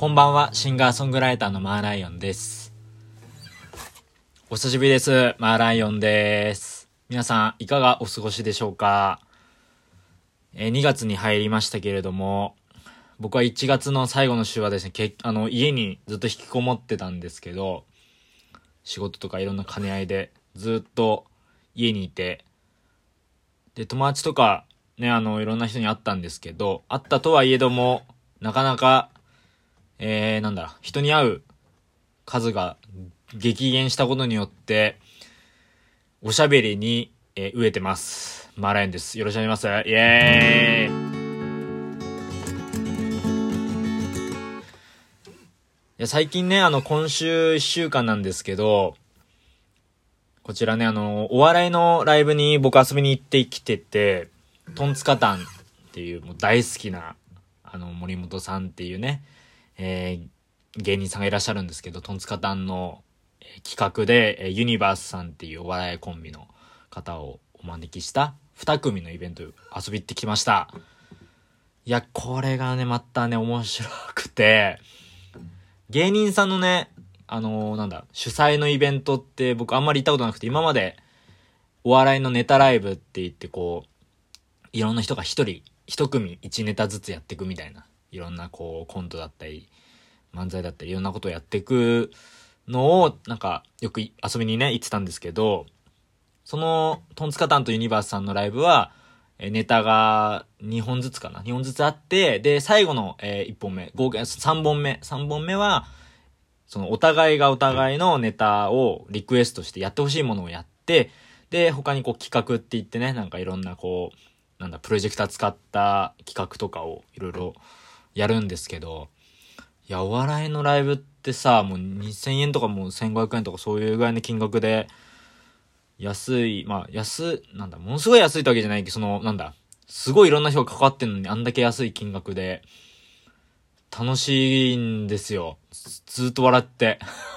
こんばんは、シンガーソングライターのマーライオンです。お久しぶりです。マーライオンです。皆さんいかがお過ごしでしょうか。2月に入りましたけれども、僕は1月の最後の週はですね、家にずっと引きこもってたんですけど、仕事とかいろんな兼ね合いでずっと家にいて、で友達とかね、いろんな人に会ったんですけど、会ったとはいえどもなかなか人に会う数が激減したことによっておしゃべりに、飢えてます。マーライオンです。よろしくお願いします。イエーイ。最近ね、今週1週間なんですけど、こちらね、お笑いのライブに僕遊びに行ってきてて、トンツカタンっていうもう大好きな、森本さんっていうね、芸人さんがいらっしゃるんですけど、トンツカタンの、企画で、ユニバースさんっていうお笑いコンビの方をお招きした2組のイベント遊び行ってきました。いや、これがね、またね、面白くて、芸人さんのね、主催のイベントって僕あんまり行ったことなくて、今までお笑いのネタライブって言ってこう、いろんな人が一組1ネタずつやっていくみたいな、いろんなこうコントだったり漫才だったりいろんなことをやっていくのをなんかよく遊びにね行ってたんですけど、そのトンツカタンとユニバースさんのライブはネタが2本ずつあって、で最後の1本目合計3本目はそのお互いがお互いのネタをリクエストしてやってほしいものをやって、で他にこう企画って言ってね、なんかいろんなこうプロジェクター使った企画とかをいろいろやるんですけど、いやお笑いのライブってさ、もう2000円とかもう1500円とかそういうぐらいの金額でものすごい安いってわけじゃないけど、すごいいろんな人が関わってんのにあんだけ安い金額で楽しいんですよ。ずっと笑って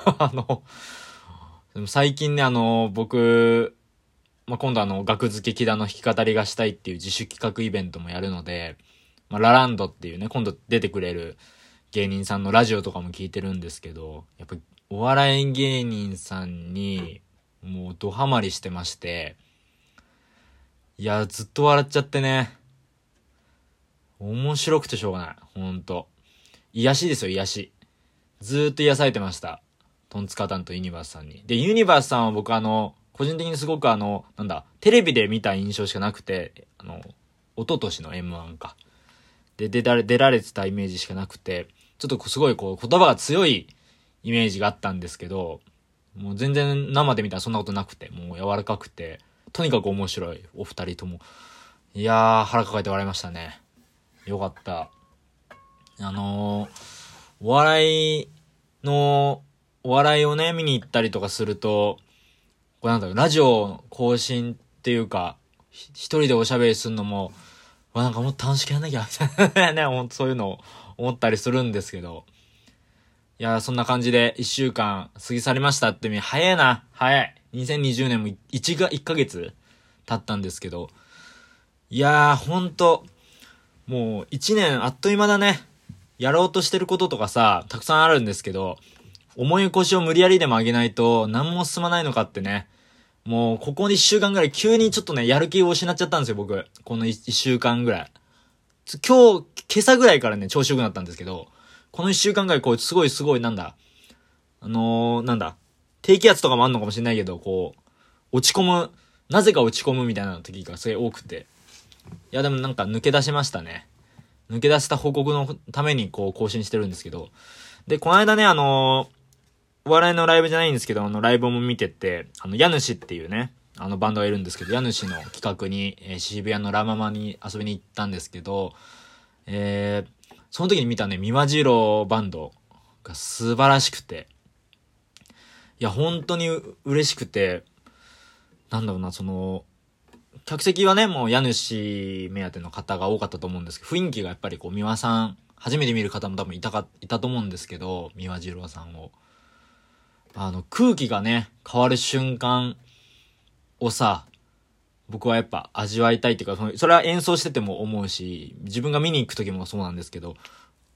でも最近ね、僕、今度学付け木田の弾き語りがしたいっていう自主企画イベントもやるので、ラランドっていうね、今度出てくれる芸人さんのラジオとかも聞いてるんですけど、やっぱお笑い芸人さんにもうドハマりしてまして、いやずっと笑っちゃってね、面白くてしょうがない。ほんと癒しですよ、癒し。ずーっと癒されてました、トンツカタンとユニバースさんに。でユニバースさんは僕個人的にすごくテレビで見た印象しかなくて、一昨年の M1 かで出られてたイメージしかなくて、ちょっとすごいこう言葉が強いイメージがあったんですけど、もう全然生で見たらそんなことなくて、もう柔らかくてとにかく面白いお二人とも。いやー腹抱えて笑いましたね。よかった。お笑いをね見に行ったりとかすると、これラジオ更新っていうか一人でおしゃべりするのもなんかもっと楽しくやんなきゃみたいなね、ほんとそういうのを思ったりするんですけど、いやそんな感じで1週間過ぎ去りましたって早い。2020年も1ヶ月経ったんですけど、いやほんともう1年あっという間だね。やろうとしてることとかさたくさんあるんですけど、重い腰を無理やりでも上げないと何も進まないのかってね。もうここ1週間ぐらい急にちょっとねやる気を失っちゃったんですよ、僕。この1週間ぐらい。今朝ぐらいからね調子良くなったんですけど、この1週間ぐらいこうすごい低気圧とかもあんのかもしれないけど、こうなぜか落ち込むみたいな時がすごい多くて、いやでもなんか抜け出しましたね。抜け出した報告のためにこう更新してるんですけど、でこの間ねお笑いのライブじゃないんですけど、ライブも見てて、家主っていうねバンドがいるんですけど、家主の企画に、渋谷のラママに遊びに行ったんですけど、その時に見たねみわじろうバンドが素晴らしくて、いや本当に嬉しくて、客席はねもう家主目当ての方が多かったと思うんですけど、雰囲気がやっぱりこう三輪さん初めて見る方も多分いたと思うんですけど、みわじろうさんを空気がね変わる瞬間をさ、僕はやっぱ味わいたいっていうか、それは演奏してても思うし、自分が見に行く時もそうなんですけど、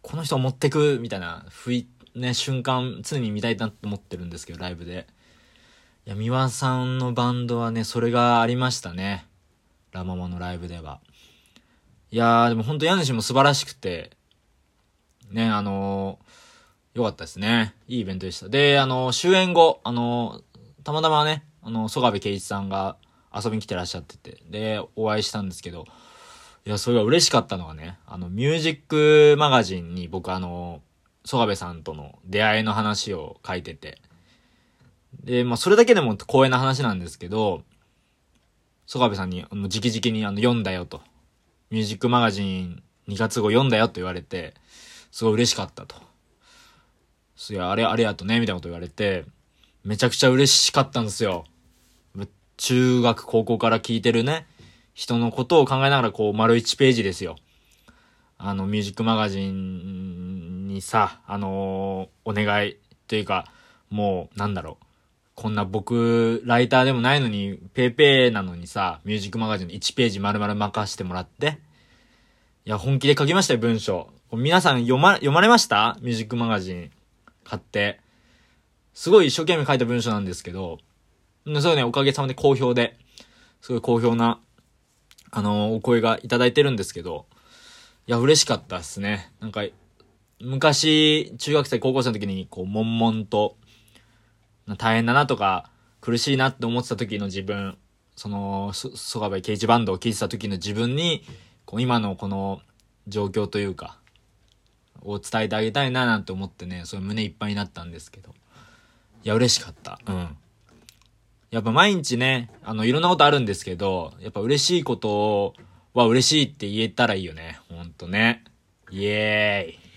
この人を持ってくみたいな瞬間常に見たいなと思ってるんですけど、ライブで。いや、三輪さんのバンドはね、それがありましたね。ラママのライブでは。いやー、でもほんと家主も素晴らしくて、ね、よかったですね。いいイベントでした。で、終演後、たまたまね、曽我部圭一さんが遊びに来てらっしゃってて、で、お会いしたんですけど、いや、それが嬉しかったのがね、ミュージックマガジンに僕曽我部さんとの出会いの話を書いてて、で、まあ、それだけでも光栄な話なんですけど、曽我部さんに、直々に読んだよと。ミュージックマガジン2月号読んだよと言われて、すごい嬉しかったと。いや、ありがとね、みたいなこと言われて、めちゃくちゃ嬉しかったんですよ。中学、高校から聞いてるね、人のことを考えながら丸1ページですよ。ミュージックマガジンにさ、お願いというか、もう、こんな僕、ライターでもないのに、ペーペーなのにさ、ミュージックマガジンの1ページ丸々任してもらって。いや、本気で書きましたよ、文章。皆さん読まれました？ミュージックマガジン買って。すごい一生懸命書いた文章なんですけど、そうね、おかげさまで好評で、すごい好評な、お声がいただいてるんですけど、いや、嬉しかったですね。昔、中学生、高校生の時に、悶々と、大変だなとか、苦しいなって思ってた時の自分、曽我部圭一バンドを聴いてた時の自分に、今のこの状況というか、を伝えてあげたいななんて思ってね、そういう胸いっぱいになったんですけど。いや、嬉しかった。うん。やっぱ毎日ね、いろんなことあるんですけど、やっぱ嬉しいことは嬉しいって言えたらいいよね。ほんとね。イエーイ。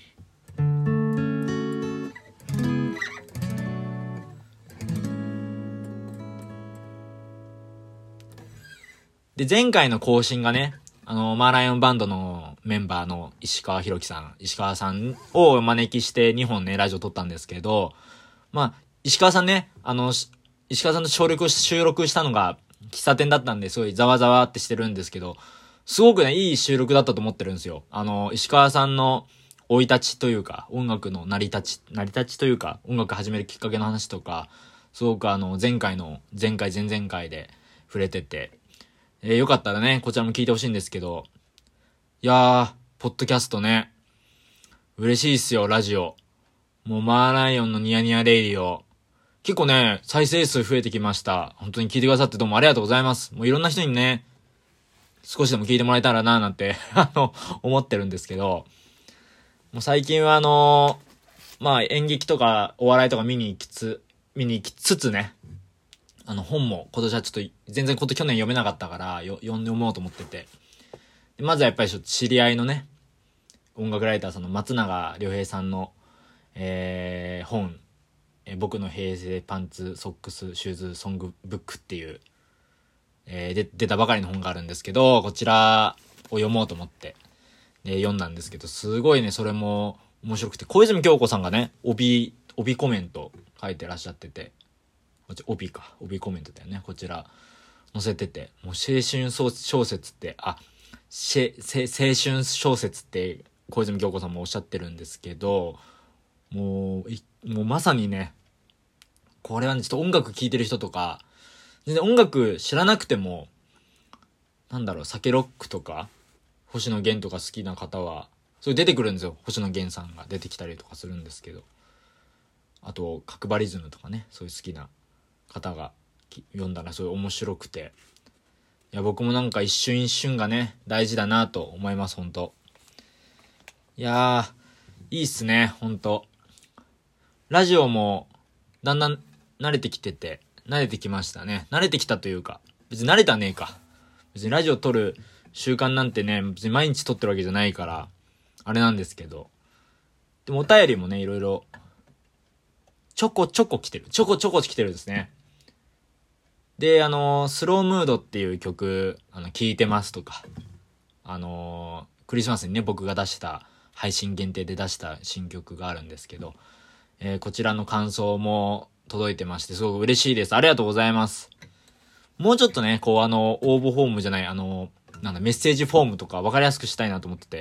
で、前回の更新がね、マーライオンバンドのメンバーの石川さんをお招きして2本ね、ラジオ撮ったんですけど、まあ、石川さんね、石川さんと収録したのが喫茶店だったんで、すごいざわざわってしてるんですけど、すごくね、いい収録だったと思ってるんですよ。石川さんの生い立ちというか、音楽の成り立ちというか、音楽始めるきっかけの話とか、すごく前回、前々回で触れてて、よかったらね、こちらも聞いてほしいんですけど、いやー、ポッドキャストね、嬉しいっすよ、ラジオ。もうマーライオンのニヤニヤレイディオ。結構ね、再生数増えてきました。本当に聞いてくださってどうもありがとうございます。もういろんな人にね、少しでも聞いてもらえたらななんて思ってるんですけど、もう最近はまあ演劇とかお笑いとか見に行きつつね、本も今年はちょっと全然去年読めなかったから読もうと思ってて、まずはやっぱり知り合いのね、音楽ライターさんの松永良平さんの、本、僕の平成パンツソックスシューズソングブックっていう、出たばかりの本があるんですけど、こちらを読もうと思って、読んだんですけど、すごいね、それも面白くて、小泉京子さんがね、帯コメント書いてらっしゃってて、帯コメントだよね、こちら載せてて、もう青春小説って青春小説って小泉京子さんもおっしゃってるんですけど、もうまさにね、これはね、ちょっと音楽聴いてる人とか、全然音楽知らなくても、酒ロックとか、星野源とか好きな方は、それ出てくるんですよ。星野源さんが出てきたりとかするんですけど。あと、角張リズムとかね、そういう好きな方が読んだらすごい面白くて。いや、僕も一瞬一瞬がね、大事だなと思います、ほんと。いやー、いいっすね、ほんと。ラジオも、だんだん慣れてきましたね。慣れてきたというか、別に慣れたねえか。別にラジオ撮る習慣なんてね、別に毎日撮ってるわけじゃないから、あれなんですけど。でもお便りもね、いろいろ、ちょこちょこ来てるんですね。で、スロームードっていう曲、聴いてますとか、クリスマスにね、僕が配信限定で出した新曲があるんですけど、こちらの感想も届いてまして、すごく嬉しいです。ありがとうございます。もうちょっとね、応募フォームじゃない、メッセージフォームとか分かりやすくしたいなと思ってて、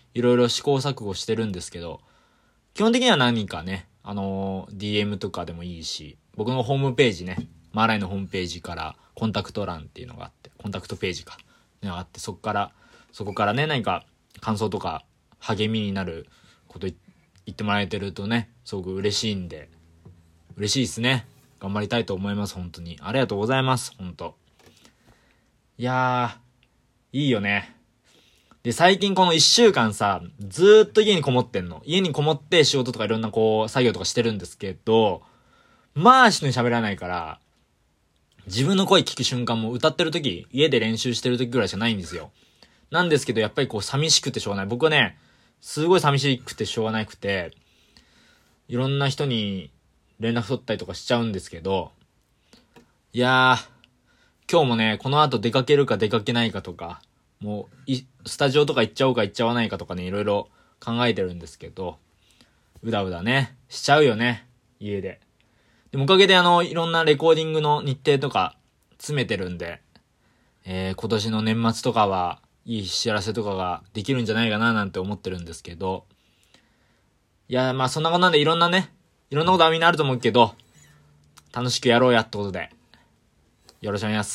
いろいろ試行錯誤してるんですけど、基本的には何かね、DM とかでもいいし、僕のホームページね、マーライのホームページからコンタクト欄っていうのがあって、コンタクトページか、があって、そこからね、何か感想とか励みになること言ってもらえてるとね、すごく嬉しいんで、嬉しいですね。頑張りたいと思います、本当に。ありがとうございます、本当。いやー、いいよね。で、最近この1週間さ、ずーっと家にこもってんの。家にこもって仕事とかいろんな作業とかしてるんですけど、まあ人に喋らないから、自分の声聞く瞬間も歌ってる時、家で練習してる時ぐらいしかないんですよ。なんですけど、やっぱり寂しくてしょうがない。僕はね、すごい寂しくてしょうがなくて、いろんな人に連絡取ったりとかしちゃうんですけど、いやー、今日もね、この後出かけるか出かけないかとか、もう、スタジオとか行っちゃおうか行っちゃわないかとかね、いろいろ考えてるんですけど、うだうだね、しちゃうよね、家で。でもおかげでいろんなレコーディングの日程とか詰めてるんで、今年の年末とかはいい知らせとかができるんじゃないかななんて思ってるんですけど、いや、まあそんなことなんでいろんなことはみんなあると思うけど、楽しくやろうやってことで、よろしくお願いします。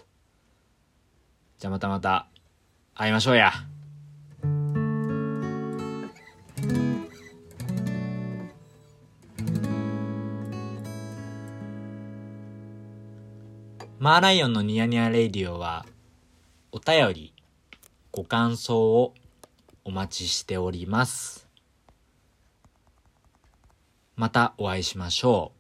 じゃあまた会いましょうや。マーライオンのニヤニヤレディオは、お便り、ご感想をお待ちしております。またお会いしましょう。